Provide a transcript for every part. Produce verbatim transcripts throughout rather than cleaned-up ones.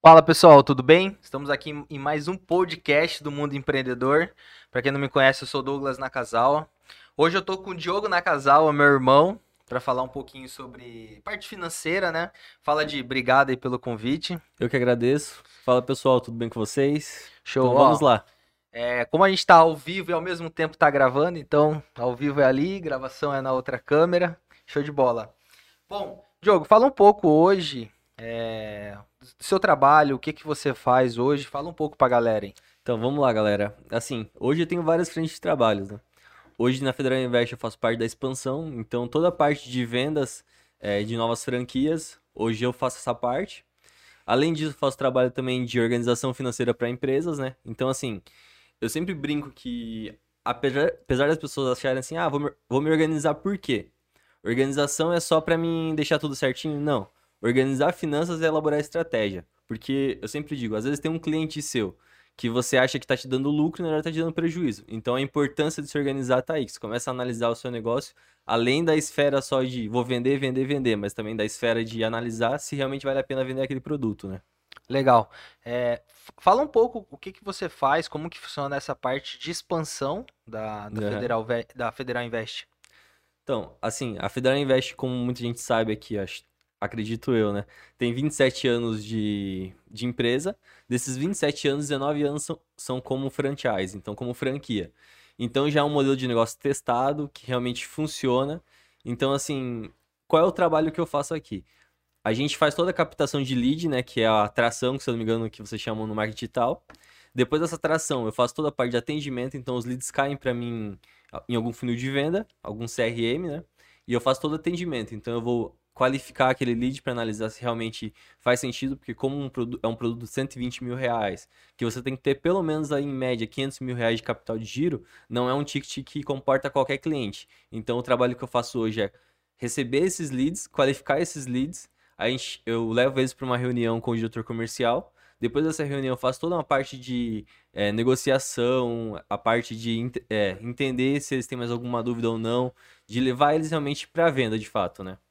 Fala pessoal, tudo bem? Estamos aqui em mais um podcast do Mundo Empreendedor. Para quem não me conhece, eu sou Douglas Nakazawa. Hoje eu tô com o Diogo Nakazawa, meu irmão, para falar um pouquinho sobre parte financeira, né? Fala de obrigado aí pelo convite. Eu que agradeço. Fala pessoal, tudo bem com vocês? Show, Então vamos ó. lá. É, como a gente tá ao vivo e ao mesmo tempo tá gravando, então ao vivo é ali, gravação é na outra câmera. Show de bola. Bom, Diogo, fala um pouco hoje é, do seu trabalho, o que que você faz hoje. Fala um pouco pra galera, hein? Então vamos lá, galera. Assim, hoje eu tenho várias frentes de trabalhos, né? Hoje na Federal Invest eu faço parte da expansão, então toda a parte de vendas eh, de novas franquias, hoje eu faço essa parte. Além disso, eu faço trabalho também de organização financeira para empresas, né? Então, assim, eu sempre brinco que, apesar, apesar das pessoas acharem assim, ah, vou me, vou me organizar por quê? Organização é só pra mim deixar tudo certinho? Não. Organizar finanças é elaborar estratégia. Porque eu sempre digo, às vezes tem um cliente seu que você acha que tá te dando lucro e na verdade tá te dando prejuízo. Então a importância de se organizar tá aí. Que você começa a analisar o seu negócio, além da esfera só de vou vender, vender, vender, mas também da esfera de analisar se realmente vale a pena vender aquele produto, né? Legal. É, f- fala um pouco o que que você faz, como que funciona essa parte de expansão da, da Aham. Federal, Ve- da Federal Invest. Então, assim, a Federal Invest, como muita gente sabe aqui, acho- acredito eu, né? Tem vinte e sete anos de, de empresa. Desses vinte e sete anos, dezenove anos são, são como franchise, então como franquia. Então já é um modelo de negócio testado, que realmente funciona. Então, assim, qual é o trabalho que eu faço aqui? A gente faz toda a captação de lead, né? Que é a atração, que se eu não me engano, que vocês chamam no marketing digital. Depois dessa atração, eu faço toda a parte de atendimento, então os leads caem para mim em algum funil de venda, algum C R M, né? E eu faço todo o atendimento. Então eu vou qualificar aquele lead para analisar se realmente faz sentido, porque como um produ- é um produto de cento e vinte mil reais, que você tem que ter pelo menos aí, em média quinhentos mil reais de capital de giro, não é um ticket que comporta qualquer cliente. Então o trabalho que eu faço hoje é receber esses leads, qualificar esses leads, a gente, eu levo eles para uma reunião com o diretor comercial. Depois dessa reunião, eu faço toda uma parte de é, negociação, a parte de ent- é, entender se eles têm mais alguma dúvida ou não, de levar eles realmente para venda de fato, né?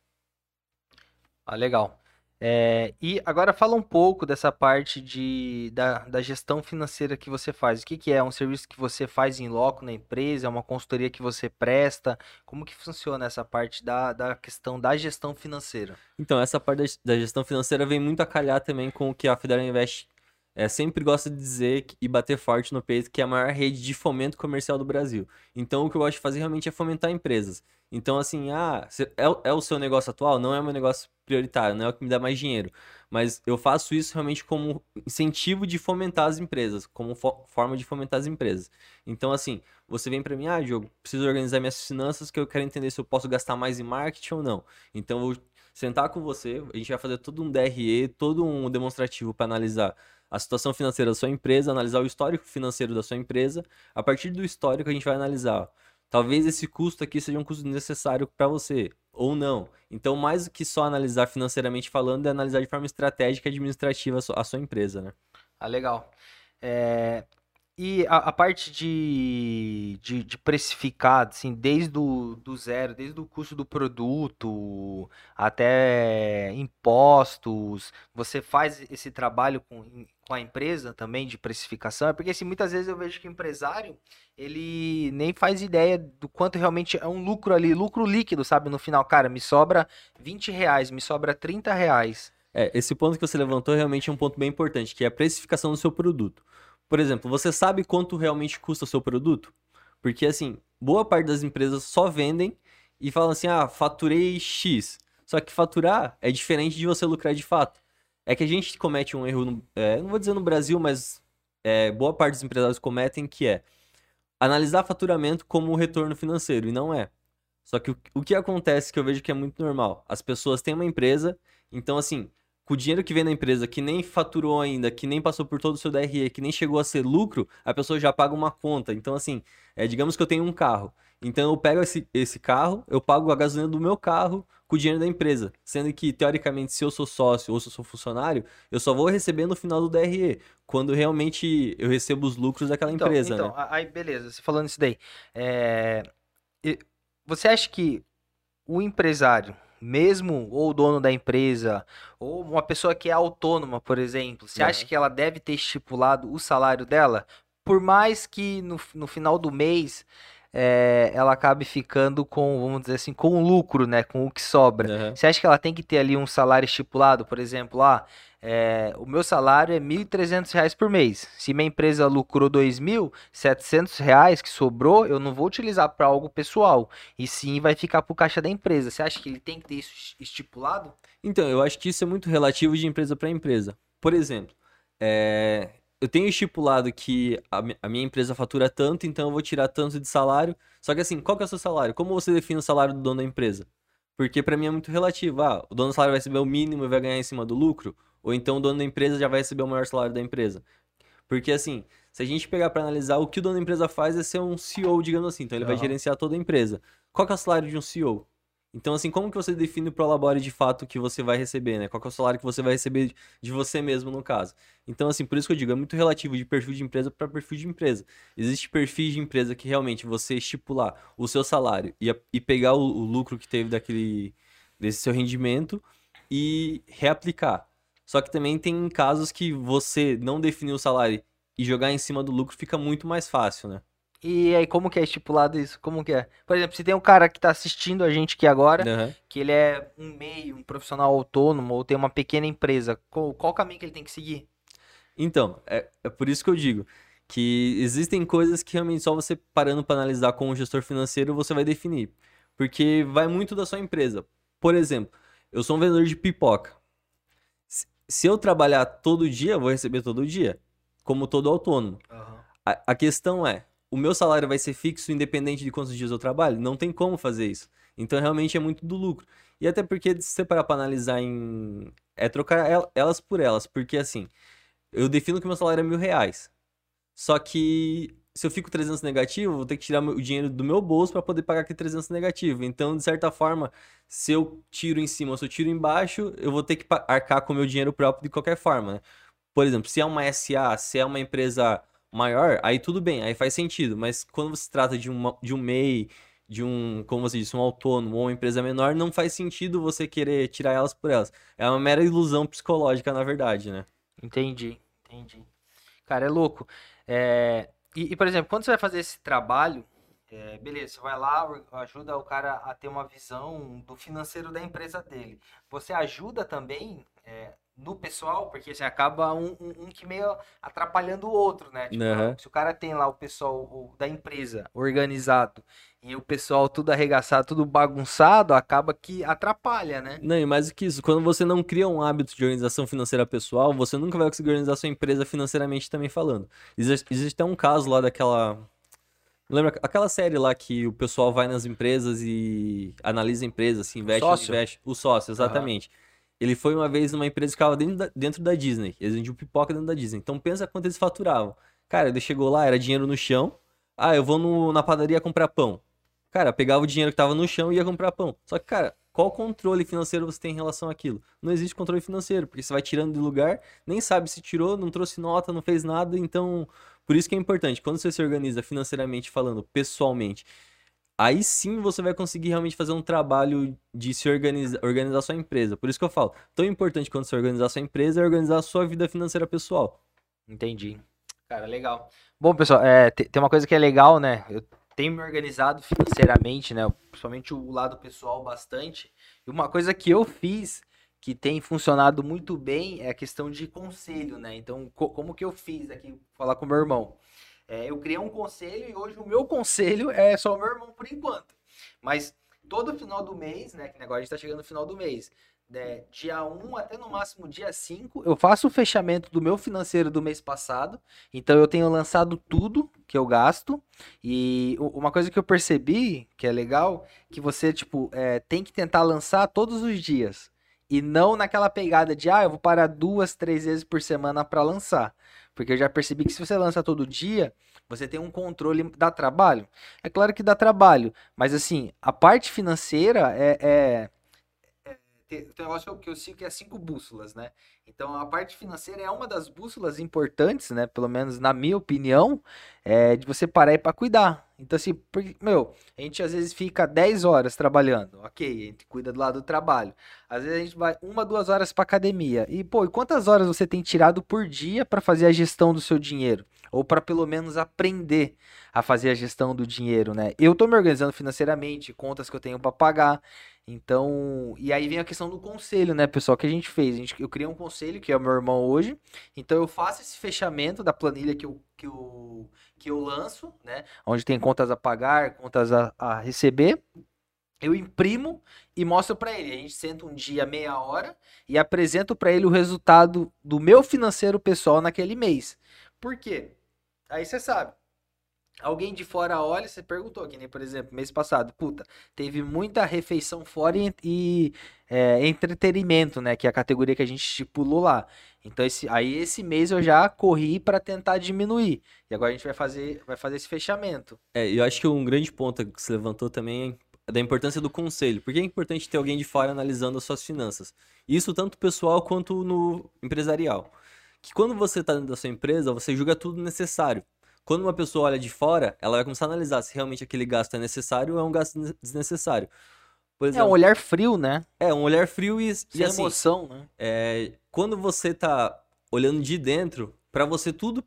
Ah, legal. É, e agora fala um pouco dessa parte de, da, da gestão financeira que você faz. O que que é? É um serviço que você faz em loco na empresa? É uma consultoria que você presta? Como que funciona essa parte da, da questão da gestão financeira? Então, essa parte da da gestão financeira vem muito a calhar também com o que a Federal Invest é, sempre gosta de dizer que- e bater forte no peito, que é a maior rede de fomento comercial do Brasil. Então, o que eu gosto de fazer realmente é fomentar empresas. Então, assim, ah, cê- é, o- é o seu negócio atual? Não é o meu negócio prioritário, não é o que me dá mais dinheiro. Mas eu faço isso realmente como incentivo de fomentar as empresas, como fo- forma de fomentar as empresas. Então, assim, você vem pra mim, ah, Diogo, preciso organizar minhas finanças, que eu quero entender se eu posso gastar mais em marketing ou não. Então, eu sentar com você, a gente vai fazer todo um D R E, todo um demonstrativo para analisar a situação financeira da sua empresa, analisar o histórico financeiro da sua empresa. A partir do histórico, a gente vai analisar. Talvez esse custo aqui seja um custo necessário para você, ou não. Então, mais do que só analisar financeiramente falando, é analisar de forma estratégica e administrativa a sua, a sua empresa, né? Ah, legal. É, e a, a parte de, de, de precificar, assim, desde o do zero, desde o custo do produto até impostos, você faz esse trabalho com, com a empresa também de precificação? É porque assim, muitas vezes eu vejo que o empresário, ele nem faz ideia do quanto realmente é um lucro ali, lucro líquido, sabe? No final, cara, me sobra vinte reais, me sobra trinta reais. É, esse ponto que você levantou realmente é um ponto bem importante, que é a precificação do seu produto. Por exemplo, você sabe quanto realmente custa o seu produto? Porque, assim, boa parte das empresas só vendem e falam assim, ah, faturei X. Só que faturar é diferente de você lucrar de fato. É que a gente comete um erro, no- é, não vou dizer no Brasil, mas é, boa parte dos empresários cometem, que é analisar faturamento como um retorno financeiro, e não é. Só que o, o que acontece que eu vejo que é muito normal, as pessoas têm uma empresa, então assim, com o dinheiro que vem da empresa, que nem faturou ainda, que nem passou por todo o seu D R E, que nem chegou a ser lucro, a pessoa já paga uma conta. Então assim, é, digamos que eu tenho um carro, então eu pego esse, esse carro, eu pago a gasolina do meu carro com o dinheiro da empresa, sendo que teoricamente se eu sou sócio ou se eu sou funcionário, eu só vou receber no final do D R E, quando realmente eu recebo os lucros daquela Então, empresa, então, né? a- aí beleza, você falando isso daí. É, e você acha que o empresário, mesmo ou o dono da empresa, ou uma pessoa que é autônoma, por exemplo, você acha Aham. que ela deve ter estipulado o salário dela? Por mais que no, no final do mês eh, ela acabe ficando com, vamos dizer assim, com o lucro, né? Com o que sobra. Aham. Você acha que ela tem que ter ali um salário estipulado? Por exemplo, ah, eh, o meu salário é mil e trezentos reais por mês. Se minha empresa lucrou dois mil, setecentos reais que sobrou, eu não vou utilizar para algo pessoal. E sim vai ficar pro caixa da empresa. Você acha que ele tem que ter isso estipulado? Então, eu acho que isso é muito relativo de empresa para empresa. Por exemplo, é, eu tenho estipulado que a, mi- a minha empresa fatura tanto, então eu vou tirar tanto de salário. Só que assim, qual que é o seu salário? Como você define o salário do dono da empresa? Porque para mim é muito relativo. Ah, o dono do salário vai receber o mínimo e vai ganhar em cima do lucro? Ou então o dono da empresa já vai receber o maior salário da empresa? Porque assim, se a gente pegar para analisar, o que o dono da empresa faz é ser um C E O, digamos assim. Então ele vai Aham. gerenciar toda a empresa. Qual que é o salário de um C E O? Então, assim, como que você define o prolabore de fato que você vai receber, né? Qual que é o salário que você vai receber de você mesmo, no caso? Então, assim, por isso que eu digo, é muito relativo de perfil de empresa para perfil de empresa. Existe perfis de empresa que realmente você estipular o seu salário e, a- e pegar o, o lucro que teve daquele, desse seu rendimento e reaplicar. Só que também tem casos que você não definir o salário e jogar em cima do lucro fica muito mais fácil, né? E aí, como que é estipulado isso? Como que é? Por exemplo, se tem um cara que tá assistindo a gente aqui agora, Aham. que ele é um meio, um profissional autônomo, ou tem uma pequena empresa, qual, qual caminho que ele tem que seguir? Então, é, é por isso que eu digo que existem coisas que realmente só você parando para analisar com o gestor financeiro você vai definir. Porque vai muito da sua empresa. Por exemplo, eu sou um vendedor de pipoca. Se se eu trabalhar todo dia, eu vou receber todo dia, como todo autônomo. Aham. A, a questão é, o meu salário vai ser fixo independente de quantos dias eu trabalho? Não tem como fazer isso. Então realmente é muito do lucro. E até porque se você parar para analisar em... É trocar el- elas por elas. Porque assim, eu defino que meu salário é mil reais. Só que se eu fico trezentos negativo, eu vou ter que tirar meu- o dinheiro do meu bolso para poder pagar aquele trezentos negativo. Então, de certa forma, se eu tiro em cima ou se eu tiro embaixo, eu vou ter que pa- arcar com o meu dinheiro próprio de qualquer forma, né? Por exemplo, se é uma S A, se é uma empresa maior, aí tudo bem, aí faz sentido. Mas quando se trata de, uma, de um MEI, de um, como você disse, um autônomo ou uma empresa menor, não faz sentido você querer tirar elas por elas. É uma mera ilusão psicológica, na verdade, né? Entendi, entendi. Cara, é louco. É, E, e, por exemplo, quando você vai fazer esse trabalho, é, beleza, você vai lá, or- ajuda o cara a ter uma visão do financeiro da empresa dele. Você ajuda também é, no pessoal, porque você acaba um, um- um que meio atrapalhando o outro, né? Tipo, Aham. se o cara tem lá o pessoal o- da empresa organizado e o pessoal tudo arregaçado, tudo bagunçado, acaba que atrapalha, né? Não, e mais do que isso, quando você não cria um hábito de organização financeira pessoal, você nunca vai conseguir organizar sua empresa financeiramente também falando. Existe, existe até um caso lá daquela. Lembra aquela série lá que o pessoal vai nas empresas e analisa a empresa, se O investe ou não sócio? investe? O sócio, Aham. exatamente. Ele foi uma vez numa empresa que ficava dentro da, dentro da Disney. Eles vendiam pipoca dentro da Disney. Então pensa quanto eles faturavam. Cara, ele chegou lá, era dinheiro no chão. Ah, eu vou no- na padaria comprar pão. Cara, pegava o dinheiro que tava no chão e ia comprar pão. Só que, cara, qual controle financeiro você tem em relação àquilo? Não existe controle financeiro, porque você vai tirando de lugar, nem sabe se tirou, não trouxe nota, não fez nada. Então, por isso que é importante, quando você se organiza financeiramente falando, pessoalmente, aí sim você vai conseguir realmente fazer um trabalho de se organizar, organizar sua empresa. Por isso que eu falo, tão importante quanto você organizar sua empresa é organizar a sua vida financeira pessoal. Entendi. Cara, legal. Bom, pessoal, é, te- tem uma coisa que é legal, né? Eu tenho me organizado financeiramente, né? Principalmente o lado pessoal bastante. E uma coisa que eu fiz que tem funcionado muito bem é a questão de conselho, né? Então, co- como que eu fiz aqui, vou falar com o meu irmão? É, eu criei um conselho e hoje o meu conselho é só o meu irmão por enquanto. Mas todo final do mês, né? Que agora a gente tá chegando no final do mês. Né, dia um até no máximo dia cinco eu faço o fechamento do meu financeiro do mês passado. Então eu tenho lançado tudo que eu gasto. E u- uma coisa que eu percebi, que é legal, que você, tipo, é, tem que tentar lançar todos os dias. E não naquela pegada de, ah, eu vou parar duas, três vezes por semana para lançar. Porque eu já percebi que se você lança todo dia, você tem um controle, dá trabalho. É claro que dá trabalho, mas assim, a parte financeira é, é tem, tem um negócio que eu, que eu sigo que é cinco bússolas, né? Então a parte financeira é uma das bússolas importantes, né? Pelo menos na minha opinião, é de você parar aí pra cuidar. Então, assim, porque, meu, a gente às vezes fica dez horas trabalhando, ok, a gente cuida do lado do trabalho. Às vezes a gente vai uma, duas horas pra academia. E, pô, e quantas horas você tem tirado por dia pra fazer a gestão do seu dinheiro? Ou pra pelo menos aprender a fazer a gestão do dinheiro, né? Eu tô me organizando financeiramente, contas que eu tenho pra pagar. Então, e aí vem a questão do conselho, né, pessoal, que a gente fez. A gente, eu criei um conselho, que é o meu irmão hoje. Então eu faço esse fechamento da planilha que eu, que eu, que eu lanço, né? Onde tem contas a pagar, contas a, a receber. Eu imprimo e mostro para ele. A gente senta um dia, meia hora, e apresento para ele o resultado do meu financeiro pessoal naquele mês. Por quê? Aí você sabe. Alguém de fora olha, você perguntou, que nem, por exemplo, mês passado, puta, teve muita refeição fora e, e, é, entretenimento, né, que é a categoria que a gente estipulou lá. Então, esse, aí esse mês eu já corri para tentar diminuir. E agora a gente vai fazer, vai fazer esse fechamento. É, eu acho que um grande ponto que você levantou também é da importância do conselho. Por que é importante ter alguém de fora analisando as suas finanças? Isso tanto pessoal quanto no empresarial. Que quando você está dentro da sua empresa, você julga tudo necessário. Quando uma pessoa olha de fora, ela vai começar a analisar se realmente aquele gasto é necessário ou é um gasto ne- desnecessário. Por É um exemplo, olhar frio, né? é um olhar frio e, e Sem assim, emoção, né? é, quando você tá olhando de dentro, pra você tudo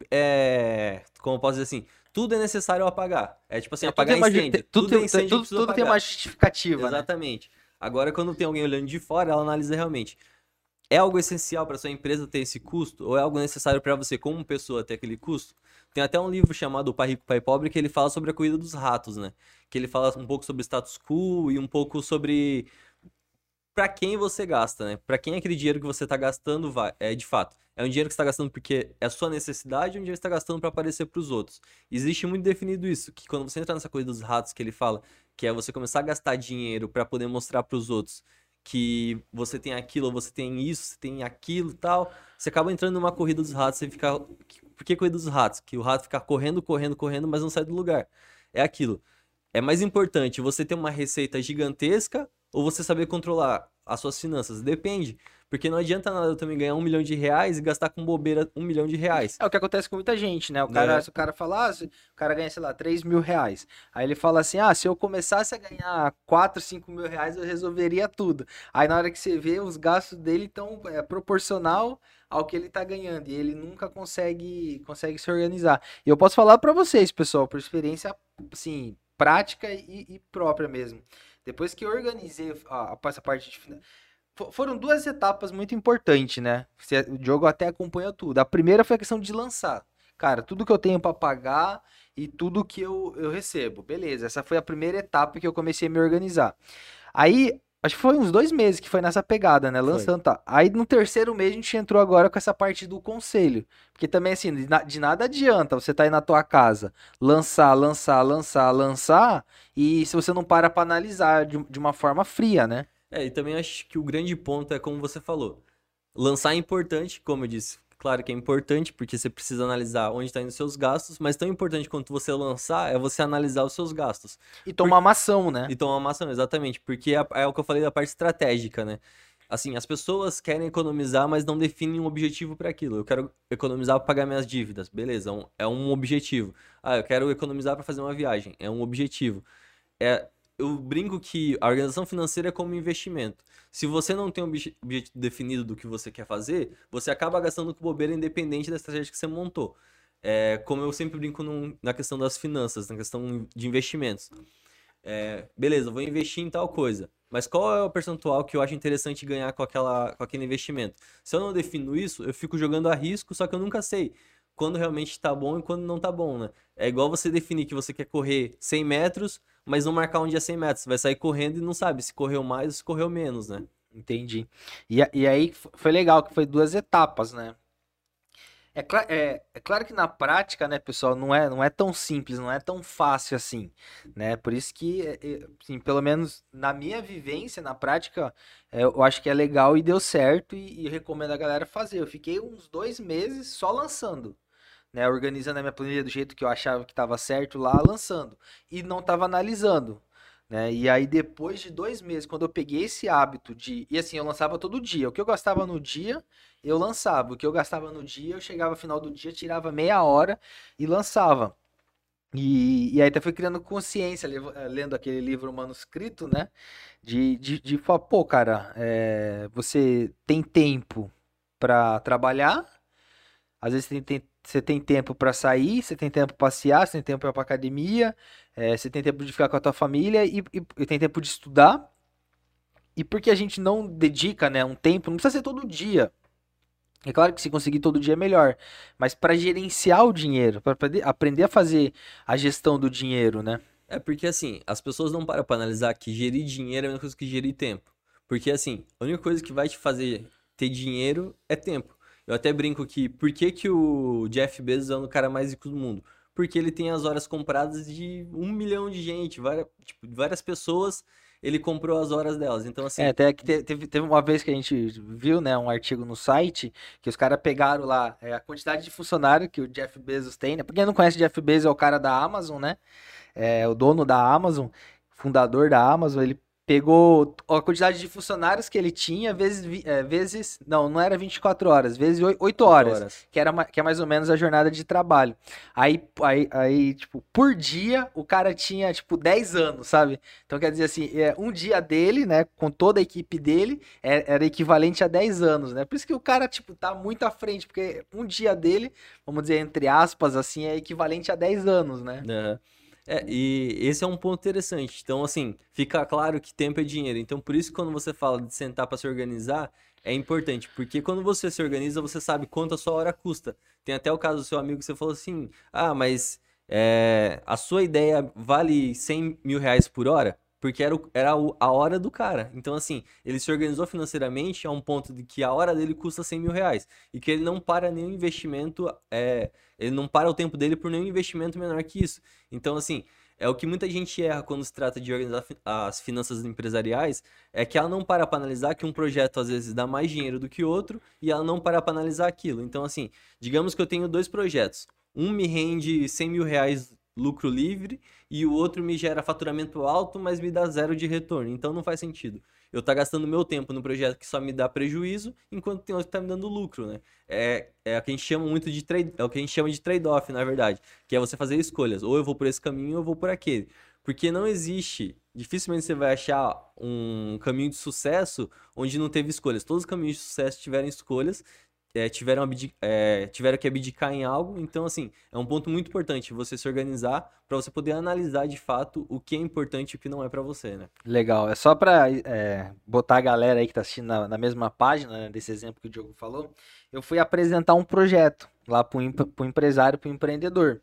é, como eu posso dizer assim, tudo é necessário apagar. É tipo assim, É, tudo apagar tem uma, ju- incêndio. tudo, Tudo é tem- incêndio que eu tudo, preciso tudo tem uma apagar. justificativa, né? Exatamente. Agora, quando tem alguém olhando de fora, ela analisa realmente. É algo essencial para sua empresa ter esse custo? Ou é algo necessário para você, como pessoa, ter aquele custo? Tem até um livro chamado O Pai Rico, Pai Pobre, que ele fala sobre a corrida dos ratos, né? Que ele fala um pouco sobre status quo e um pouco sobre para quem você gasta, né? Para quem aquele dinheiro que você tá gastando vai, é de fato. É um dinheiro que você tá gastando porque é a sua necessidade ou um dinheiro que você tá gastando para aparecer para os outros. Existe muito definido isso, que quando você entra nessa coisa dos ratos que ele fala, que é você começar a gastar dinheiro para poder mostrar para os outros que você tem aquilo, ou você tem isso, você tem aquilo e tal, você acaba entrando numa corrida dos ratos, você fica. Por que corrida dos ratos? Que o rato fica correndo, correndo, correndo, mas não sai do lugar. É aquilo. É mais importante você ter uma receita gigantesca ou você saber controlar as suas finanças? Depende. Porque não adianta nada eu também ganhar um milhão de reais e gastar com bobeira um milhão de reais. É o que acontece com muita gente, né? O cara, Né? se o cara falar, ah, se o cara ganha, sei lá, três mil reais. Aí ele fala assim: ah, se eu começasse a ganhar quatro, cinco mil reais, eu resolveria tudo. Aí na hora que você vê, os gastos dele estão é, proporcional ao que ele tá ganhando. E ele nunca consegue, consegue se organizar. E eu posso falar pra vocês, pessoal, por experiência, assim, prática e, e própria mesmo. Depois que eu organizei a, essa parte de finan- Fo- Foram duas etapas muito importantes, né? Você- O Diogo até acompanhou tudo. A primeira foi a questão de lançar. Cara, tudo que eu tenho pra pagar e tudo que eu, eu recebo. Beleza, essa foi a primeira etapa que eu comecei a me organizar. Aí, acho que foi uns dois meses que foi nessa pegada, né? Foi. Lançando, tá. Aí no terceiro mês a gente entrou agora com essa parte do conselho. Porque também, assim, de, na- de nada adianta você tá aí na tua casa, lançar, lançar, lançar, lançar, e se você não para pra analisar de, de uma forma fria, né? É, e também acho que o grande ponto é como você falou. Lançar é importante, como eu disse. Claro que é importante, porque você precisa analisar onde está indo os seus gastos, mas tão importante quanto você lançar é você analisar os seus gastos. E Por- tomar uma ação, né? E tomar uma ação, exatamente, porque é, é o que eu falei da parte estratégica, né? Assim, as pessoas querem economizar, mas não definem um objetivo para aquilo. Eu quero economizar para pagar minhas dívidas, beleza, é um, é um objetivo. Ah, eu quero economizar para fazer uma viagem, é um objetivo. É, eu brinco que a organização financeira é como um investimento. Se você não tem um obje- objetivo definido do que você quer fazer, você acaba gastando com bobeira independente da estratégia que você montou. É, como eu sempre brinco num- na questão das finanças, na questão de investimentos. É, beleza, eu vou investir em tal coisa. Mas qual é o percentual que eu acho interessante ganhar com, aquela, com aquele investimento? Se eu não defino isso, eu fico jogando a risco, só que eu nunca sei quando realmente tá bom e quando não tá bom, né? É igual você definir que você quer correr cem metros, mas não marcar um dia cem metros. Você vai sair correndo e não sabe se correu mais ou se correu menos, né? Entendi. E, a- e aí f- foi legal, que foi duas etapas, né? É, cla- é, é claro que na prática, né, pessoal, não é, não é tão simples, não é tão fácil assim, né? Por isso que, é, é, assim, pelo menos na minha vivência, na prática, é, eu acho que é legal e deu certo e, e recomendo a galera fazer. Eu fiquei uns dois meses só lançando, né? Organizando a minha planilha do jeito que eu achava que estava certo lá, lançando. E não estava analisando. né? E aí, depois de dois meses, quando eu peguei esse hábito de. E assim, eu lançava todo dia. O que eu gastava no dia, eu lançava. O que eu gastava no dia, eu chegava no final do dia, tirava meia hora e lançava. E, e aí até fui criando consciência, levo- eh, lendo aquele livro manuscrito, né? De, de, de falar, pô, cara, é, você tem tempo pra trabalhar, às vezes tem, tem- você tem tempo pra sair, você tem tempo pra passear, você tem tempo pra ir pra academia, é, você tem tempo de ficar com a tua família e, e, e tem tempo de estudar. E porque a gente não dedica, né, um tempo, não precisa ser todo dia. É claro que se conseguir todo dia é melhor, mas para gerenciar o dinheiro, para aprender a fazer a gestão do dinheiro, né? É porque assim, as pessoas não param pra analisar que gerir dinheiro é a mesma coisa que gerir tempo. Porque assim, a única coisa que vai te fazer ter dinheiro é tempo. Eu até brinco que por que que o Jeff Bezos é um cara mais rico do mundo? Porque ele tem as horas compradas de um milhão de gente, várias, tipo, várias pessoas, ele comprou as horas delas. Então É, assim, até que te- teve, teve uma vez que a gente viu, né, um artigo no site que os caras pegaram lá é, a quantidade de funcionário que o Jeff Bezos tem, né? Pra quem não conhece, Jeff Bezos é o cara da Amazon, né? É o dono da Amazon, fundador da Amazon, ele pegou a quantidade de funcionários que ele tinha, vezes, vi- é, vezes não, não era vinte e quatro horas, vezes oi- oito oito horas, horas. que era ma- que é mais ou menos a jornada de trabalho. Aí, aí, aí, tipo, por dia, o cara tinha, tipo, dez anos, sabe? Então, quer dizer assim, é, um dia dele, né, com toda a equipe dele, é- era equivalente a dez anos, né? Por isso que o cara, tipo, tá muito à frente, porque um dia dele, vamos dizer, entre aspas, assim, é equivalente a dez anos, né? Né? É, e esse é um ponto interessante. Então, assim, fica claro que tempo é dinheiro. Então, por isso, que quando você fala de sentar para se organizar, é importante. Porque quando você se organiza, você sabe quanto a sua hora custa. Tem até o caso do seu amigo que você falou assim: ah, mas é, a sua ideia vale cem mil reais por hora? Porque era, o- era o- a hora do cara. Então, assim, ele se organizou financeiramente a um ponto de que a hora dele custa cem mil reais. E que ele não para nenhum investimento. É, ele não para o tempo dele por nenhum investimento menor que isso. Então, assim, é o que muita gente erra quando se trata de organizar fi- as finanças empresariais, é que ela não para para analisar que um projeto às vezes dá mais dinheiro do que outro e ela não para para analisar aquilo. Então, assim, digamos que eu tenho dois projetos. Um me rende cem mil reais lucro livre e o outro me gera faturamento alto, mas me dá zero de retorno. Então, não faz sentido. Eu tá gastando meu tempo no projeto que só me dá prejuízo, enquanto tem outro que tá me dando lucro, né? É, é o que a gente chama muito de trade, é o que a gente chama de trade-off, na verdade, que é você fazer escolhas, ou eu vou por esse caminho ou eu vou por aquele. Porque não existe, dificilmente você vai achar um caminho de sucesso onde não teve escolhas. Todos os caminhos de sucesso tiveram escolhas, é, tiveram, abdi- é, tiveram que abdicar em algo. Então, assim, é um ponto muito importante você se organizar para você poder analisar de fato o que é importante e o que não é para você, né? Legal. É só para botar a galera aí que tá assistindo na, na mesma página, né, desse exemplo que o Diogo falou. Eu fui apresentar um projeto lá para o empresário, para o empreendedor.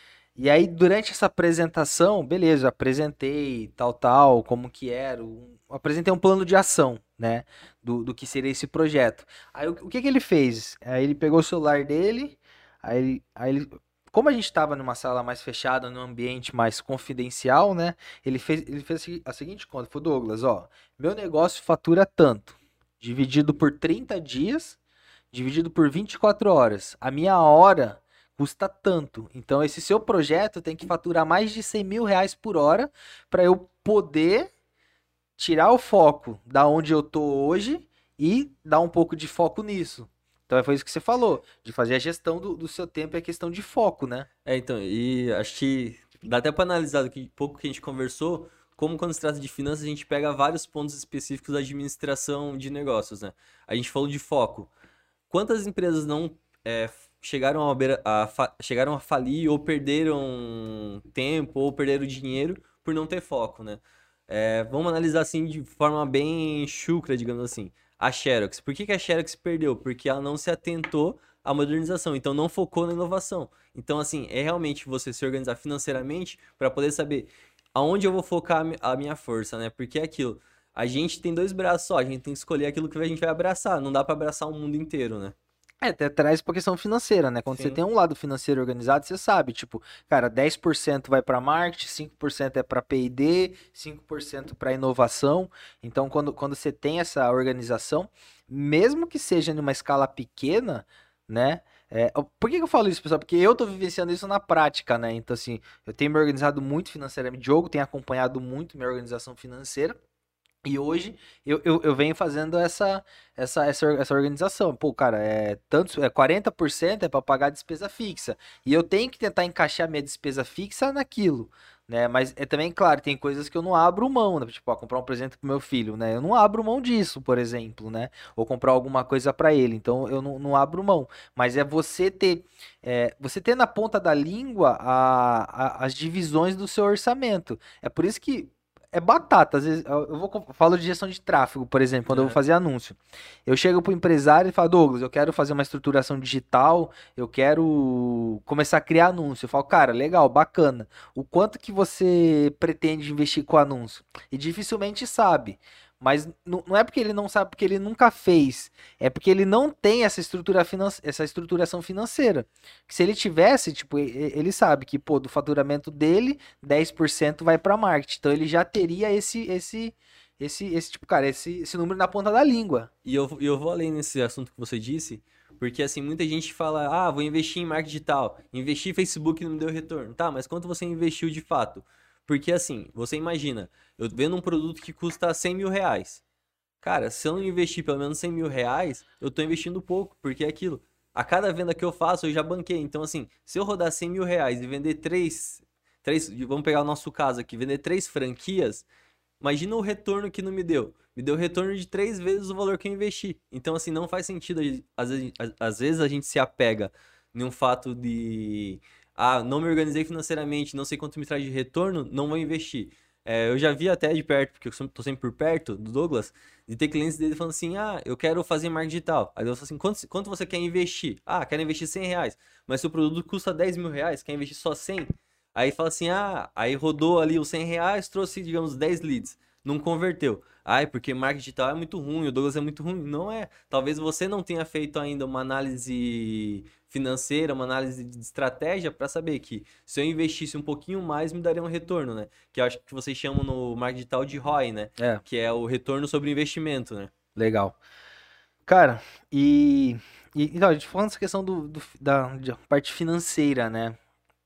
E aí, durante essa apresentação, beleza, eu apresentei tal, tal, como que era, um- apresentei um plano de ação, né, do, do que seria esse projeto. Aí, o, o que que ele fez? Aí ele pegou o celular dele, aí, ele- aí ele, como a gente estava numa sala mais fechada, num ambiente mais confidencial, né, ele fez, ele fez a segui- a seguinte conta, foi, Douglas, ó, meu negócio fatura tanto, dividido por trinta dias, dividido por vinte e quatro horas. A minha hora custa tanto. Então, esse seu projeto tem que faturar mais de cem mil reais por hora para eu poder tirar o foco da onde eu tô hoje e dar um pouco de foco nisso. Então, foi isso que você falou, de fazer a gestão do, do seu tempo é questão de foco, né? É, então, e acho que dá até para analisar do que pouco que a gente conversou, como quando se trata de finanças, a gente pega vários pontos específicos da administração de negócios, né? A gente falou de foco. Quantas empresas não é, chegaram a, beira- a fa- chegaram a falir ou perderam tempo ou perderam dinheiro por não ter foco, né? É, vamos analisar assim de forma bem chucra, digamos assim. A Xerox. Por que que a Xerox perdeu? Porque ela não se atentou à modernização, então não focou na inovação. Então, assim, é realmente você se organizar financeiramente para poder saber aonde eu vou focar a mi- a minha força, né? Porque é aquilo. A gente tem dois braços só, a gente tem que escolher aquilo que a gente vai abraçar. Não dá pra abraçar o mundo inteiro, né? É, até traz pra questão financeira, né? Quando você Sim. tem um lado financeiro organizado, você sabe, tipo, cara, dez por cento vai para marketing, cinco por cento é para P e D, cinco por cento para inovação. Então, quando, quando você tem essa organização, mesmo que seja numa escala pequena, né? É, por que que eu falo isso, pessoal? Porque eu tô vivenciando isso na prática, né? Então, assim, eu tenho me organizado muito financeiramente. Diogo tem acompanhado muito minha organização financeira. E hoje eu, eu, eu venho fazendo essa, essa, essa, essa organização. Pô, cara, é tanto, é quarenta por cento é para pagar a despesa fixa. E eu tenho que tentar encaixar minha despesa fixa naquilo, né? Mas é também, claro, tem coisas que eu não abro mão, né? Tipo, ó, comprar um presente pro meu filho, né? Eu não abro mão disso, por exemplo, né? Ou comprar alguma coisa para ele. Então eu não, não abro mão. Mas é você ter, é, você ter na ponta da língua a, a- as divisões do seu orçamento. É por isso que é batata. Às vezes, eu eu vou, eu falo de gestão de tráfego, por exemplo, quando eu vou Aham. fazer anúncio. Eu chego pro empresário e falo, Douglas, eu quero fazer uma estruturação digital, eu quero começar a criar anúncio. Eu falo, cara, legal, bacana. O quanto que você pretende investir com anúncio? E dificilmente sabe. Mas não não é porque ele não sabe, porque ele nunca fez. É porque ele não tem essa estrutura finan essa estruturação financeira. Que se ele tivesse, tipo, e- e- ele sabe que, pô, do faturamento dele, dez por cento vai para marketing. Então ele já teria esse esse esse esse tipo, cara, esse esse número na ponta da língua. E eu, e eu vou além nesse assunto que você disse, porque assim, muita gente fala, ah, vou investir em marketing digital, investi em Facebook e não me deu retorno. Tá, mas quanto você investiu de fato? Porque assim, você imagina, eu vendo um produto que custa cem mil reais. Cara, se eu não investir pelo menos cem mil reais, eu tô investindo pouco, porque é aquilo. A cada venda que eu faço, eu já banquei. Então, assim, se eu rodar cem mil reais e vender três, três, vamos pegar o nosso caso aqui, vender três franquias, imagina o retorno que não me deu. Me deu retorno de três vezes o valor que eu investi. Então, assim, não faz sentido. a gente- Às vezes, às às vezes a gente se apega em um fato de. Ah, não me organizei financeiramente, não sei quanto me traz de retorno, não vou investir. É, eu já vi até de perto, porque eu sou- tô sempre por perto do Douglas, de ter clientes dele falando assim: ah, eu quero fazer marketing digital. Aí eu falo assim: quanto, quanto você quer investir? Ah, quero investir cem reais. Mas se o produto custa dez mil reais, quer investir só cem? Aí fala assim: ah, aí rodou ali os cem reais, trouxe, digamos, dez leads não converteu. Ai, porque marketing digital é muito ruim, o Douglas é muito ruim. Não é. Talvez você não tenha feito ainda uma análise financeira, uma análise de estratégia para saber que se eu investisse um pouquinho mais, me daria um retorno, né? Que eu acho que vocês chamam no marketing digital de R O I, né? É, Que é o retorno sobre o investimento, né? legal. Cara, e, e então, a gente falando dessa questão do, do- da, da parte financeira, né?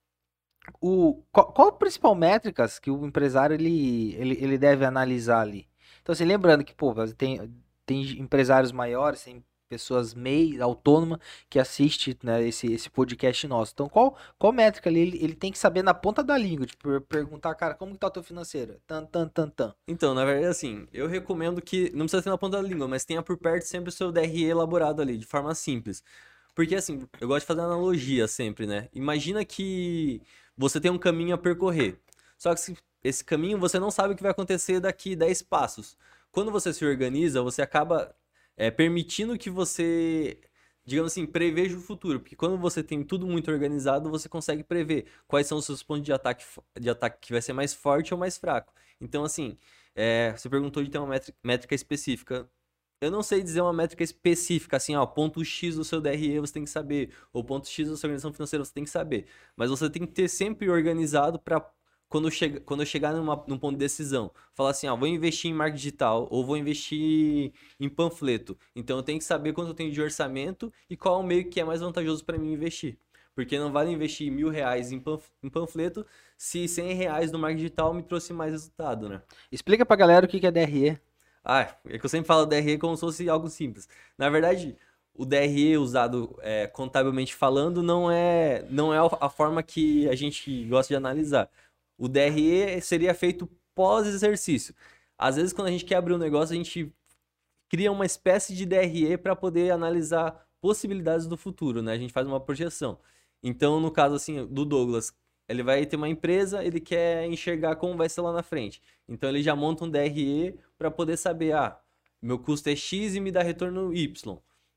O, qual, qual a principal métricas que o empresário ele, ele, ele deve analisar ali? Então, assim, lembrando que, pô, tem, tem empresários maiores, tem pessoas meio autônomas que assistem, né, esse, esse podcast nosso. Então, qual, qual métrica ali ele, ele tem que saber na ponta da língua? Tipo, per- perguntar, cara, como que tá o teu financeiro? Tan, tan, tan, tan. Então, na verdade, assim, eu recomendo que não precisa ter na ponta da língua, mas tenha por perto sempre o seu D R E elaborado ali, de forma simples. Porque, assim, eu gosto de fazer analogia sempre, né? Imagina que você tem um caminho a percorrer. Só que se- esse caminho você não sabe o que vai acontecer daqui dez passos. Quando você se organiza, você acaba é, permitindo que você, digamos assim, preveja o futuro. Porque quando você tem tudo muito organizado, você consegue prever quais são os seus pontos de ataque, fo- de ataque que vai ser mais forte ou mais fraco. Então, assim, é, você perguntou de ter uma métrica, métrica específica. Eu não sei dizer uma métrica específica, assim, ó, ponto X do seu D R E você tem que saber, ou ponto X da sua organização financeira você tem que saber. Mas você tem que ter sempre organizado para quando, chega, quando eu chegar numa, num ponto de decisão, falar assim, ó, vou investir em marketing digital, ou vou investir em panfleto. Então eu tenho que saber quanto eu tenho de orçamento e qual é o meio que é mais vantajoso para mim investir. Porque não vale investir mil reais em, panf em panfleto se cem reais no marketing digital me trouxe mais resultado, né? Explica pra galera o que que é D R E. Ah, é que eu sempre falo D R E como se fosse algo simples. Na verdade, o D R E usado é, contabilmente falando não é, não é a forma que a gente gosta de analisar. O D R E seria feito pós-exercício. Às vezes, quando a gente quer abrir um negócio, a gente cria uma espécie de D R E para poder analisar possibilidades do futuro, né? A gente faz uma projeção. Então, no caso assim do Douglas, ele vai ter uma empresa, ele quer enxergar como vai ser lá na frente. Então, ele já monta um D R E para poder saber, ah, meu custo é X e me dá retorno Y.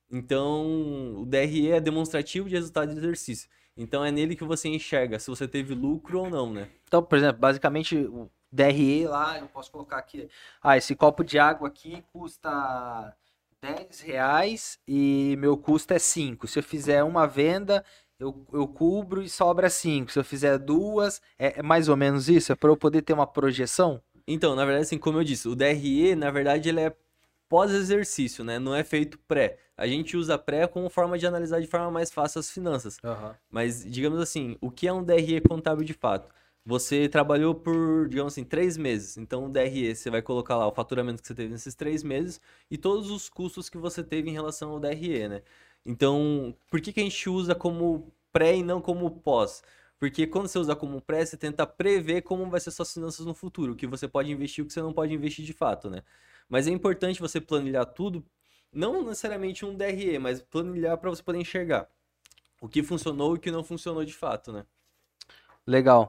Então, o D R E é demonstrativo de resultado de exercício. Então, é nele que você enxerga se você teve lucro ou não, né? Então, por exemplo, basicamente o D R E lá, eu posso colocar aqui, ah, esse copo de água aqui custa dez reais e meu custo é cinco. Se eu fizer uma venda, eu, eu cubro e sobra cinco. Se eu fizer duas, é, é mais ou menos isso? É para eu poder ter uma projeção? Então, na verdade, assim, como eu disse, o D R E, na verdade, ele é pós-exercício, né? Não é feito pré. A gente usa pré como forma de analisar de forma mais fácil as finanças. Aham. Mas, digamos assim, o que é um D R E contábil de fato? Você trabalhou por, digamos assim, três meses. Então, o D R E, você vai colocar lá o faturamento que você teve nesses três meses e todos os custos que você teve em relação ao D R E, né? Então, por que que a gente usa como pré e não como pós? Porque quando você usa como pré, você tenta prever como vai ser suas finanças no futuro, o que você pode investir e o que você não pode investir de fato, né? Mas é importante você planilhar tudo, não necessariamente um D R E, mas planilhar para você poder enxergar o que funcionou e o que não funcionou de fato, né? Legal.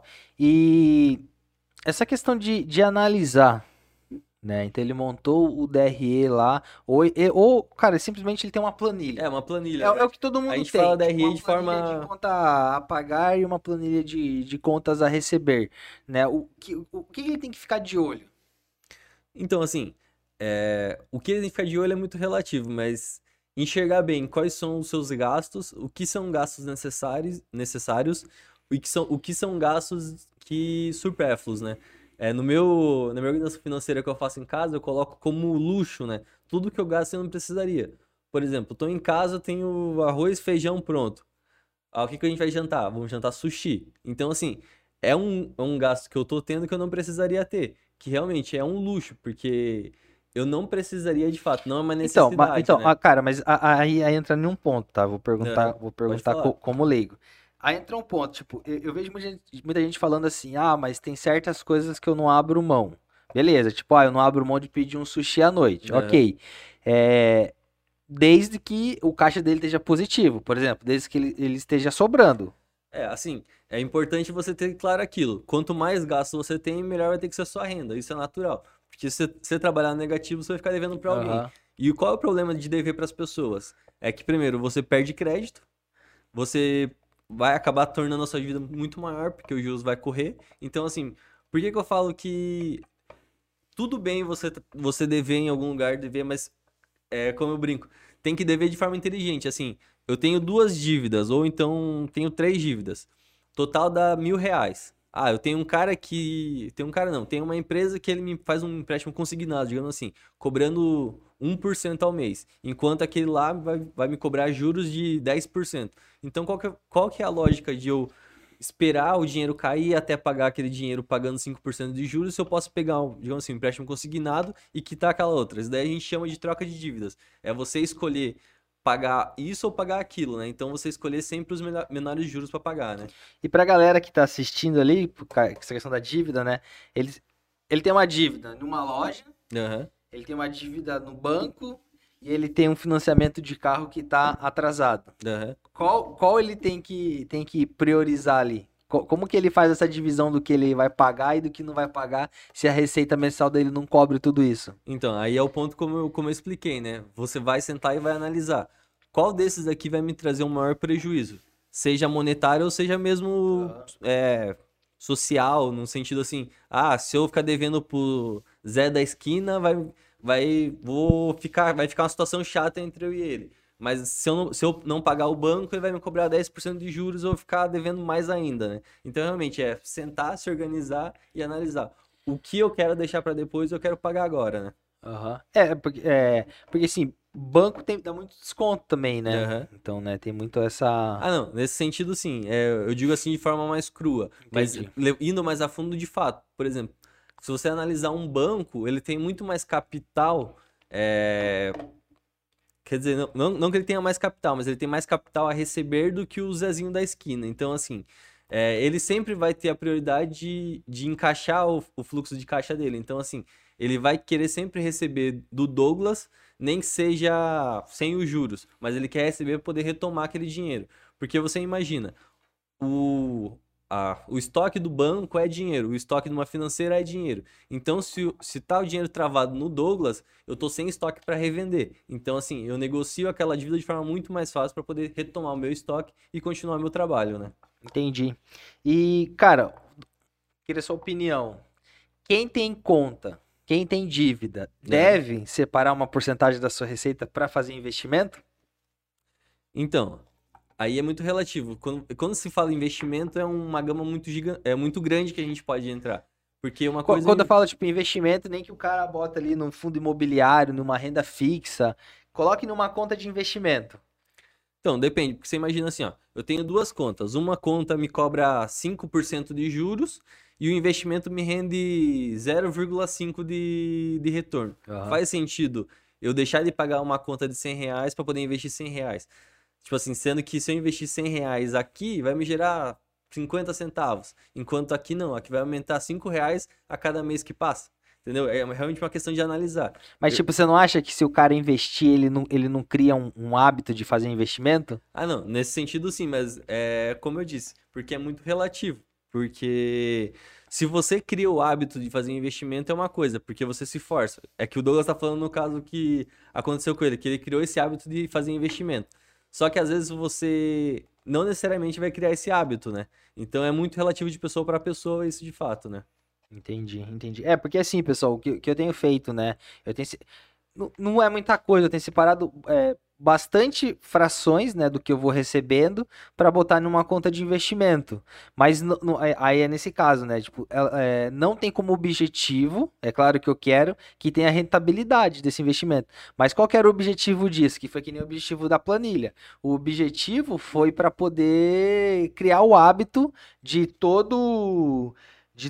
E essa questão de, de analisar, né? Então ele montou o D R E lá, ou, e- ou cara, simplesmente ele tem uma planilha. É, uma É, planilha. é o que todo A mundo gente fala tem, tipo, D R E uma de planilha de forma. conta a pagar e uma planilha de, de contas a receber, né? O que, o, o que ele tem que ficar de olho? Então, assim, é, o que ele tem que ficar de olho é muito relativo, mas enxergar bem quais são os seus gastos, o que são gastos necessários, necessários e que são, o que são gastos que supérfluos, né? É, no meu, na minha organização financeira que eu faço em casa, eu coloco como luxo, né? Tudo que eu gasto eu não precisaria. Por exemplo, estou em casa, eu tenho arroz, feijão pronto. Ah, o que que a gente vai jantar? Vamos jantar sushi. Então, assim, é um, é um gasto que eu tô tendo que eu não precisaria ter. Que realmente é um luxo, porque eu não precisaria de fato, não é uma Então, ma- necessidade, então, né? ah, cara, mas a- a- aí, aí entra em um ponto, tá? Vou perguntar, Aham. vou Pode perguntar co- falar. como leigo. Aí entra um ponto, tipo, eu, eu vejo muita gente, muita gente falando assim, ah, mas tem certas coisas que eu não abro mão. Beleza, tipo, ah, eu não abro mão de pedir um sushi à noite. Aham. Ok. É, desde que o caixa dele esteja positivo, por exemplo, desde que ele, ele esteja sobrando. É, assim, é importante você ter claro aquilo. Quanto mais gasto você tem, melhor vai ter que ser a sua renda. Isso é natural. Porque se você se você trabalhar no negativo, você vai ficar devendo pra alguém. Aham. E qual é o problema de dever para as pessoas? É que, primeiro, você perde crédito, você vai acabar tornando a sua dívida muito maior, porque os juros vai correr. Então, assim, por que que eu falo que tudo bem você, você dever em algum lugar, dever, mas é como eu brinco, tem que dever de forma inteligente. Assim, eu tenho duas dívidas, ou então tenho três dívidas. Total dá mil reais. Ah, eu tenho um cara que. Tem um cara não, tem uma empresa que ele me faz um empréstimo consignado, digamos assim, cobrando um por cento ao mês. Enquanto aquele lá vai, vai me cobrar juros de dez por cento. Então, qual que, é- qual que é a lógica de eu esperar o dinheiro cair até pagar aquele dinheiro pagando cinco por cento de juros, se eu posso pegar, um, digamos assim, um empréstimo consignado e quitar aquela outra. Isso daí a gente chama de troca de dívidas. É você escolher pagar isso ou pagar aquilo, né? Então você escolher sempre os mena- menores juros para pagar, né? E pra galera que tá assistindo ali, por ca- essa questão da dívida, né? Ele, ele tem uma dívida numa loja, Aham. ele tem uma dívida no banco e ele tem um financiamento de carro que tá atrasado. Aham. Qual, qual ele tem que, tem que priorizar ali? Co- Como que ele faz essa divisão do que ele vai pagar e do que não vai pagar se a receita mensal dele não cobre tudo isso? Então, aí é o ponto como eu, como eu expliquei, né? Você vai sentar e vai analisar qual desses aqui vai me trazer um maior prejuízo, seja monetário ou seja mesmo Aham. é, social, no sentido assim, ah, se eu ficar devendo pro Zé da esquina, vai, vai, vou ficar, vai ficar uma situação chata entre eu e ele. Mas se eu não, se eu não pagar o banco, ele vai me cobrar dez por cento de juros, eu vou ficar devendo mais ainda, né? Então, realmente, é sentar, se organizar e analisar. O que eu quero deixar para depois, eu quero pagar agora, né? Aham. É, porque, é, porque assim, banco tem, dá muito desconto também, né? Aham. Então, né, tem muito essa. Ah, não, nesse sentido, sim. É, eu digo assim de forma mais crua. Mas Entendi. le- indo mais a fundo de fato. Por exemplo, se você analisar um banco, ele tem muito mais capital. é, Quer dizer, não, não, não que ele tenha mais capital, mas ele tem mais capital a receber do que o Zezinho da esquina. Então, assim, é, ele sempre vai ter a prioridade de, de encaixar o, o fluxo de caixa dele. Então, assim, ele vai querer sempre receber do Douglas, nem que seja sem os juros, mas ele quer receber para poder retomar aquele dinheiro. Porque você imagina, o, a- o estoque do banco é dinheiro, o estoque de uma financeira é dinheiro. Então, se, o- se tá o dinheiro travado no Douglas, eu tô sem estoque para revender. Então, assim, eu negocio aquela dívida de forma muito mais fácil para poder retomar o meu estoque e continuar meu trabalho, né? Entendi. E, cara, queria sua opinião. Quem tem conta, quem tem dívida, Aham. deve separar uma porcentagem da sua receita para fazer investimento? Então, aí é muito relativo. Quando, quando se fala em investimento, é uma gama muito gigan, é muito grande que a gente pode entrar. Porque uma Qu- coisa. Quando eu falo, tipo, investimento, nem que o cara bota ali num fundo imobiliário, numa renda fixa. Coloque numa conta de investimento. Então, depende, porque você imagina assim, ó, eu tenho duas contas. Uma conta me cobra cinco por cento de juros e o investimento me rende zero vírgula cinco por cento de, de retorno. Aham. Faz sentido eu deixar de pagar uma conta de cem reais para poder investir cem reais. Tipo assim, sendo que se eu investir cem reais aqui, vai me gerar cinquenta centavos. Enquanto aqui não, aqui vai aumentar cinco reais a cada mês que passa. Entendeu? É realmente uma questão de analisar. Mas, Eu- tipo, você não acha que se o cara investir, ele não, ele não cria um, um hábito de fazer investimento? Ah, não, nesse sentido sim, mas é como eu disse, porque é muito relativo. Porque se você cria o hábito de fazer investimento é uma coisa, porque você se força. É que o Douglas tá falando no caso que aconteceu com ele, que ele criou esse hábito de fazer investimento. Só que às vezes você não necessariamente vai criar esse hábito, né? Então é muito relativo de pessoa para pessoa isso de fato, né? Entendi, entendi. É, porque assim, pessoal, o que, o que eu tenho feito, né? Eu tenho, se- não, não é muita coisa, eu tenho separado é, bastante frações, né, do que eu vou recebendo para botar numa conta de investimento. Mas não- não- é- aí é nesse caso, né? Tipo, é- é, não tem como objetivo, é claro que eu quero que tenha rentabilidade desse investimento. Mas qual que era o objetivo disso? Que foi que nem o objetivo da planilha. O objetivo foi para poder criar o hábito de todo de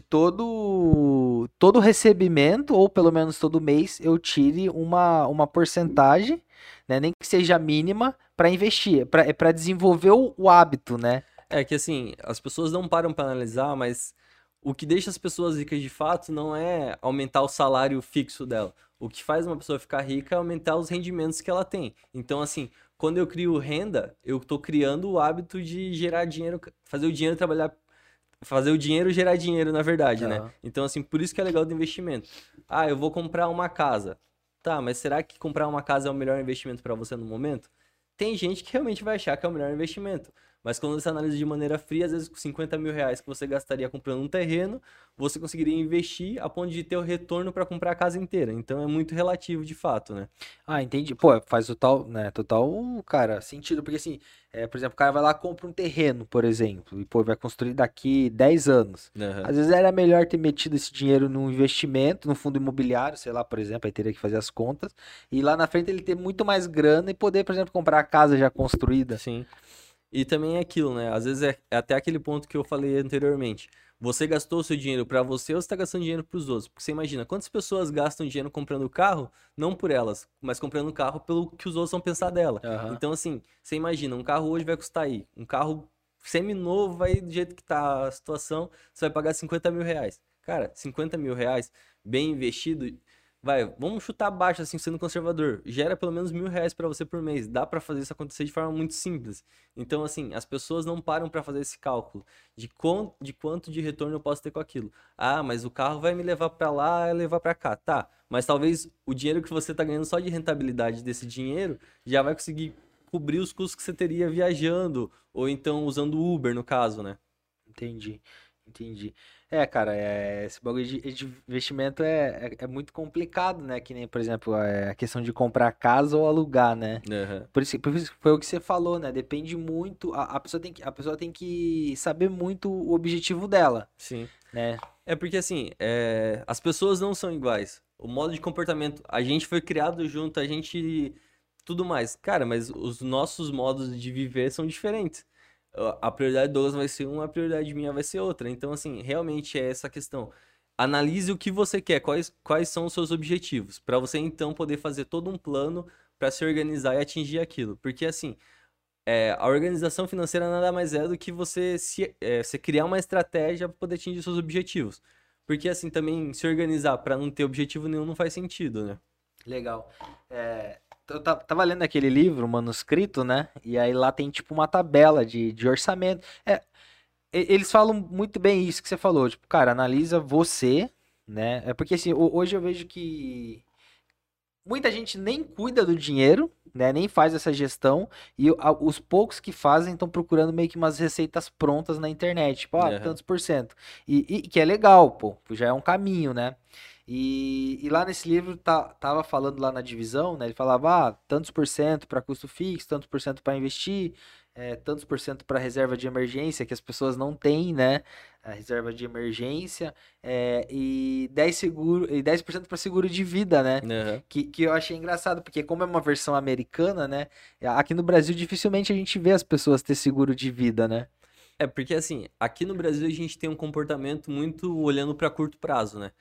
todo todo recebimento, ou pelo menos todo mês, eu tire uma, uma porcentagem, né, nem que seja mínima, para investir, para para desenvolver o, o hábito, né? É que assim, as pessoas não param para analisar, mas o que deixa as pessoas ricas de fato não é aumentar o salário fixo dela. O que faz uma pessoa ficar rica é aumentar os rendimentos que ela tem. Então, assim, quando eu crio renda, eu tô criando o hábito de gerar dinheiro, fazer o dinheiro trabalhar, fazer o dinheiro gerar dinheiro, na verdade, né? Aham. Então, assim, por isso que é legal do investimento. Ah, eu vou comprar uma casa. Tá, mas será que comprar uma casa é o melhor investimento para você no momento? Tem gente que realmente vai achar que é o melhor investimento. Mas quando você analisa de maneira fria, às vezes com cinquenta mil reais que você gastaria comprando um terreno, você conseguiria investir a ponto de ter o retorno para comprar a casa inteira. Então é muito relativo de fato, né? Ah, entendi. Pô, faz total, né, total, cara, sentido, porque assim, é, por exemplo, o cara vai lá e compra um terreno, por exemplo, e pô, vai construir daqui dez anos. Aham. Às vezes era melhor ter metido esse dinheiro num investimento, num fundo imobiliário, sei lá, por exemplo, aí teria que fazer as contas, e lá na frente ele ter muito mais grana e poder, por exemplo, comprar a casa já construída. Sim. E também é aquilo, né? Às vezes é, é até aquele ponto que eu falei anteriormente. Você gastou o seu dinheiro pra você ou você tá gastando dinheiro pros outros? Porque você imagina, quantas pessoas gastam dinheiro comprando carro, não por elas, mas comprando carro pelo que os outros vão pensar dela. Aham. Então, assim, você imagina, um carro hoje vai custar aí, um carro semi-novo, aí do jeito que tá a situação, você vai pagar cinquenta mil reais. Cara, cinquenta mil reais, bem investido, vai, vamos chutar baixo, assim, sendo conservador. Gera pelo menos mil reais pra você por mês. Dá pra fazer isso acontecer de forma muito simples. Então, assim, as pessoas não param pra fazer esse cálculo de, quan- de quanto de retorno eu posso ter com aquilo. Ah, mas o carro vai me levar pra lá e levar pra cá. Tá, mas talvez o dinheiro que você tá ganhando só de rentabilidade desse dinheiro já vai conseguir cobrir os custos que você teria viajando ou então usando o Uber, no caso, né? Entendi, entendi. É, cara, é, esse bagulho de, de investimento é, é, é muito complicado, né? Que nem, por exemplo, é, a questão de comprar casa ou alugar, né? Aham. Por isso, por isso que foi o que você falou, né? Depende muito, a, a pessoa tem que, a pessoa tem que saber muito o objetivo dela, Sim. né? É porque assim, é, as pessoas não são iguais. O modo de comportamento, a gente foi criado junto, a gente tudo mais. Cara, mas os nossos modos de viver são diferentes. A a prioridade do Douglas vai ser uma, a prioridade minha vai ser outra. Então, assim, realmente é essa questão. Analise o que você quer, quais, quais são os seus objetivos, para você então poder fazer todo um plano para se organizar e atingir aquilo. Porque, assim, é, a organização financeira nada mais é do que você, se, é, você criar uma estratégia para poder atingir seus objetivos. Porque, assim, também se organizar para não ter objetivo nenhum não faz sentido, né? Legal. É, eu ta- tava lendo aquele livro, manuscrito, né? E aí lá tem tipo uma tabela de, de orçamento. É, e- eles falam muito bem isso que você falou, tipo, cara, analisa você, né? É porque assim, ho- hoje eu vejo que muita gente nem cuida do dinheiro, né? Nem faz essa gestão. E o- a- os poucos que fazem estão procurando meio que umas receitas prontas na internet. Tipo, ah, Aham. tantos por cento. E, e que é legal, pô. Já é um caminho, né? E, e lá nesse livro tá, tava falando lá na divisão, né? Ele falava, ah, tantos por cento para custo fixo, tantos por cento para investir. é, tantos por cento para reserva de emergência, que as pessoas não têm, né? A reserva de emergência, é, e dez por cento seguro, e dez por cento para seguro de vida, né? Aham. Que, que eu achei engraçado, porque como é uma versão americana, né? Aqui no Brasil dificilmente a gente vê as pessoas ter seguro de vida, né? É, porque assim, aqui no Brasil a gente tem um comportamento muito olhando para curto prazo, né?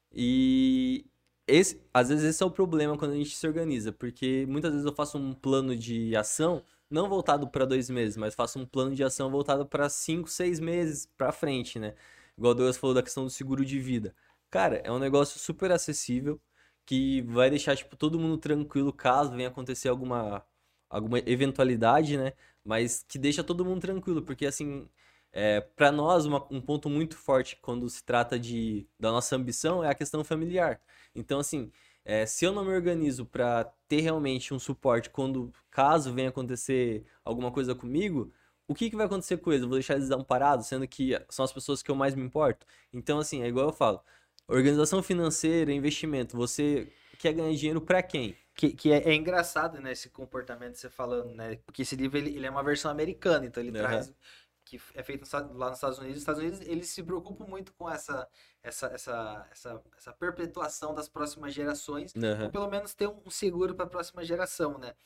E esse, às vezes esse é o problema quando a gente se organiza, porque muitas vezes eu faço um plano de ação não voltado para dois meses, mas faço um plano de ação voltado para cinco, seis meses para frente, né? Igual o Douglas falou da questão do seguro de vida. Cara, é um negócio super acessível que vai deixar tipo todo mundo tranquilo caso venha acontecer alguma alguma eventualidade, né? Mas que deixa todo mundo tranquilo, porque assim, é, para nós, uma- um ponto muito forte quando se trata de, da nossa ambição é a questão familiar. Então, assim, é, se eu não me organizo para ter realmente um suporte quando, caso venha acontecer alguma coisa comigo, o que que vai acontecer com eles? Eu vou deixar eles desamparados, sendo que são as pessoas que eu mais me importo? Então, assim, é igual eu falo, organização financeira, investimento, você quer ganhar dinheiro para quem? Que, que é, é engraçado, né, esse comportamento que você falando, né? Porque esse livro ele, ele é uma versão americana, então ele Aham, traz que é feito nos Esta- lá nos Estados Unidos. Os Estados Unidos eles se preocupam muito com essa essa, essa, essa, essa perpetuação das próximas gerações, ou aham, pelo menos ter um um seguro para a próxima geração, né?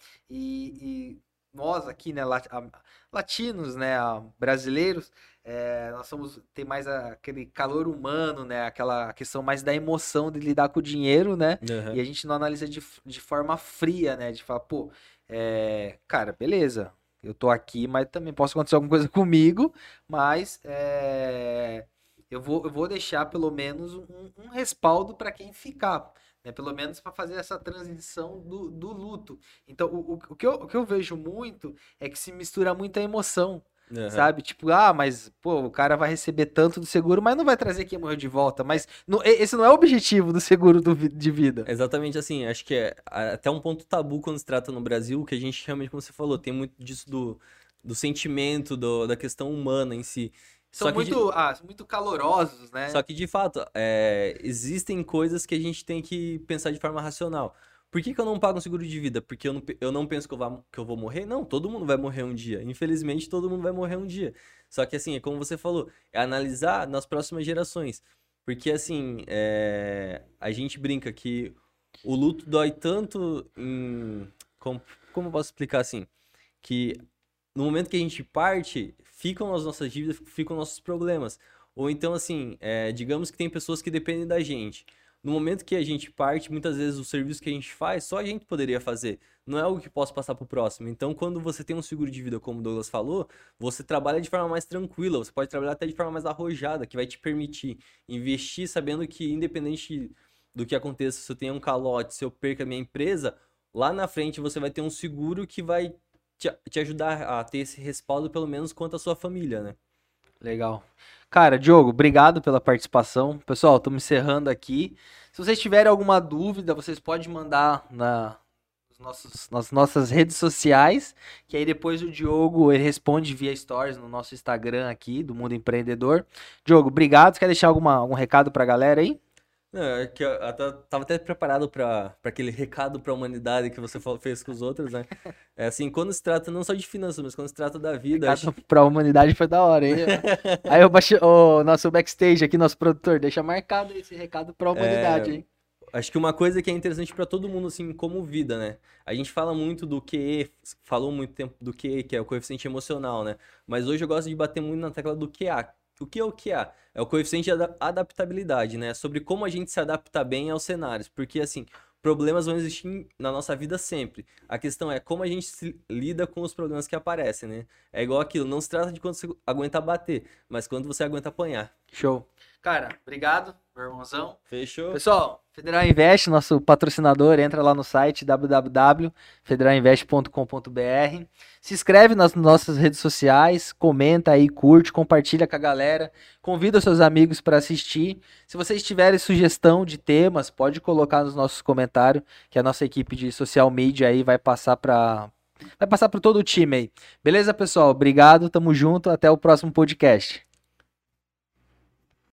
E, e nós aqui, né, lat- a- latinos, né, a- brasileiros, é, nós somos tem mais a- aquele calor humano, né, aquela questão mais da emoção de lidar com o dinheiro, né? E aham. a gente não analisa de, f- de forma fria, né? De falar, pô, é, cara, beleza, eu tô aqui, mas também posso acontecer alguma coisa comigo, mas é, eu vou, eu vou deixar pelo menos um, um respaldo para quem ficar, né? Pelo menos para fazer essa transição do, do luto. Então, o, o, o que eu, o que eu vejo muito é que se mistura muita emoção. Aham. Sabe? Tipo, ah, mas, pô, o cara vai receber tanto do seguro, mas não vai trazer quem morreu de volta. Mas não- e- esse não é o objetivo do seguro do vi- de vida. Exatamente assim, acho que é a- até um ponto tabu quando se trata no Brasil, que a gente realmente, como você falou, tem muito disso do, do sentimento, do- da questão humana em si. São Só que, de, muito, ah, muito calorosos, só né? que de fato, é, existem coisas que a gente tem que pensar de forma racional. Por que que eu não pago um seguro de vida? Porque eu não, pe- eu não penso que eu, vá, que eu vou morrer? Não, todo mundo vai morrer um dia. Infelizmente, todo mundo vai morrer um dia. Só que assim, é como você falou, é analisar nas próximas gerações. Porque assim, é, a gente brinca que o luto dói tanto em. Como, como eu posso explicar assim? Que no momento que a gente parte, ficam as nossas dívidas, ficam nossos problemas. Ou então, assim, é, digamos que tem pessoas que dependem da gente. No momento que a gente parte, muitas vezes o serviço que a gente faz, só a gente poderia fazer. Não é algo que possa passar para o próximo. Então, quando você tem um seguro de vida, como o Douglas falou, você trabalha de forma mais tranquila, você pode trabalhar até de forma mais arrojada, que vai te permitir investir sabendo que, independente do que aconteça, se eu tenho um calote, se eu perca a minha empresa, lá na frente você vai ter um seguro que vai te, te ajudar a ter esse respaldo, pelo menos quanto à sua família, né? Legal. Cara, Diogo, obrigado pela participação. Pessoal, estamos encerrando aqui. Se vocês tiverem alguma dúvida, vocês podem mandar na, nos nossos, nas nossas redes sociais, que aí depois o Diogo ele responde via stories no nosso Instagram aqui, do Mundo Empreendedor. Diogo, obrigado. Você quer deixar alguma, algum recado para a galera aí? Não, é que eu até, tava até preparado para para aquele recado para a humanidade que você falou- fez com os outros, né? É assim, quando se trata não só de finanças, mas quando se trata da vida, acho Recado para a humanidade foi da hora, hein? Aí eu baixei o nosso backstage aqui, nosso produtor, deixa marcado esse recado para a humanidade, hein? Acho que uma coisa que é interessante para todo mundo, assim, como vida, né? A gente fala muito do Q E, falou muito tempo do Q E, que é o coeficiente emocional, né? Mas hoje eu gosto de bater muito na tecla do Q A. O que é o Q A? É o coeficiente de ada- adaptabilidade, né? Sobre como a gente se adapta bem aos cenários. Porque, assim, problemas vão existir na nossa vida sempre. A questão é como a gente se lida com os problemas que aparecem, né? É igual aquilo, não se trata de quando você aguenta bater, mas quando você aguenta apanhar. Show. Cara, obrigado, meu irmãozão. Fechou? Pessoal, Federal Invest, nosso patrocinador, entra lá no site w w w ponto federal invest ponto com ponto b r. Se inscreve nas nossas redes sociais, comenta aí, curte, compartilha com a galera, convida os seus amigos para assistir. Se vocês tiverem sugestão de temas, pode colocar nos nossos comentários, que a nossa equipe de social media aí vai passar para vai passar para todo o time aí. Beleza, pessoal? Obrigado, tamo junto, até o próximo podcast.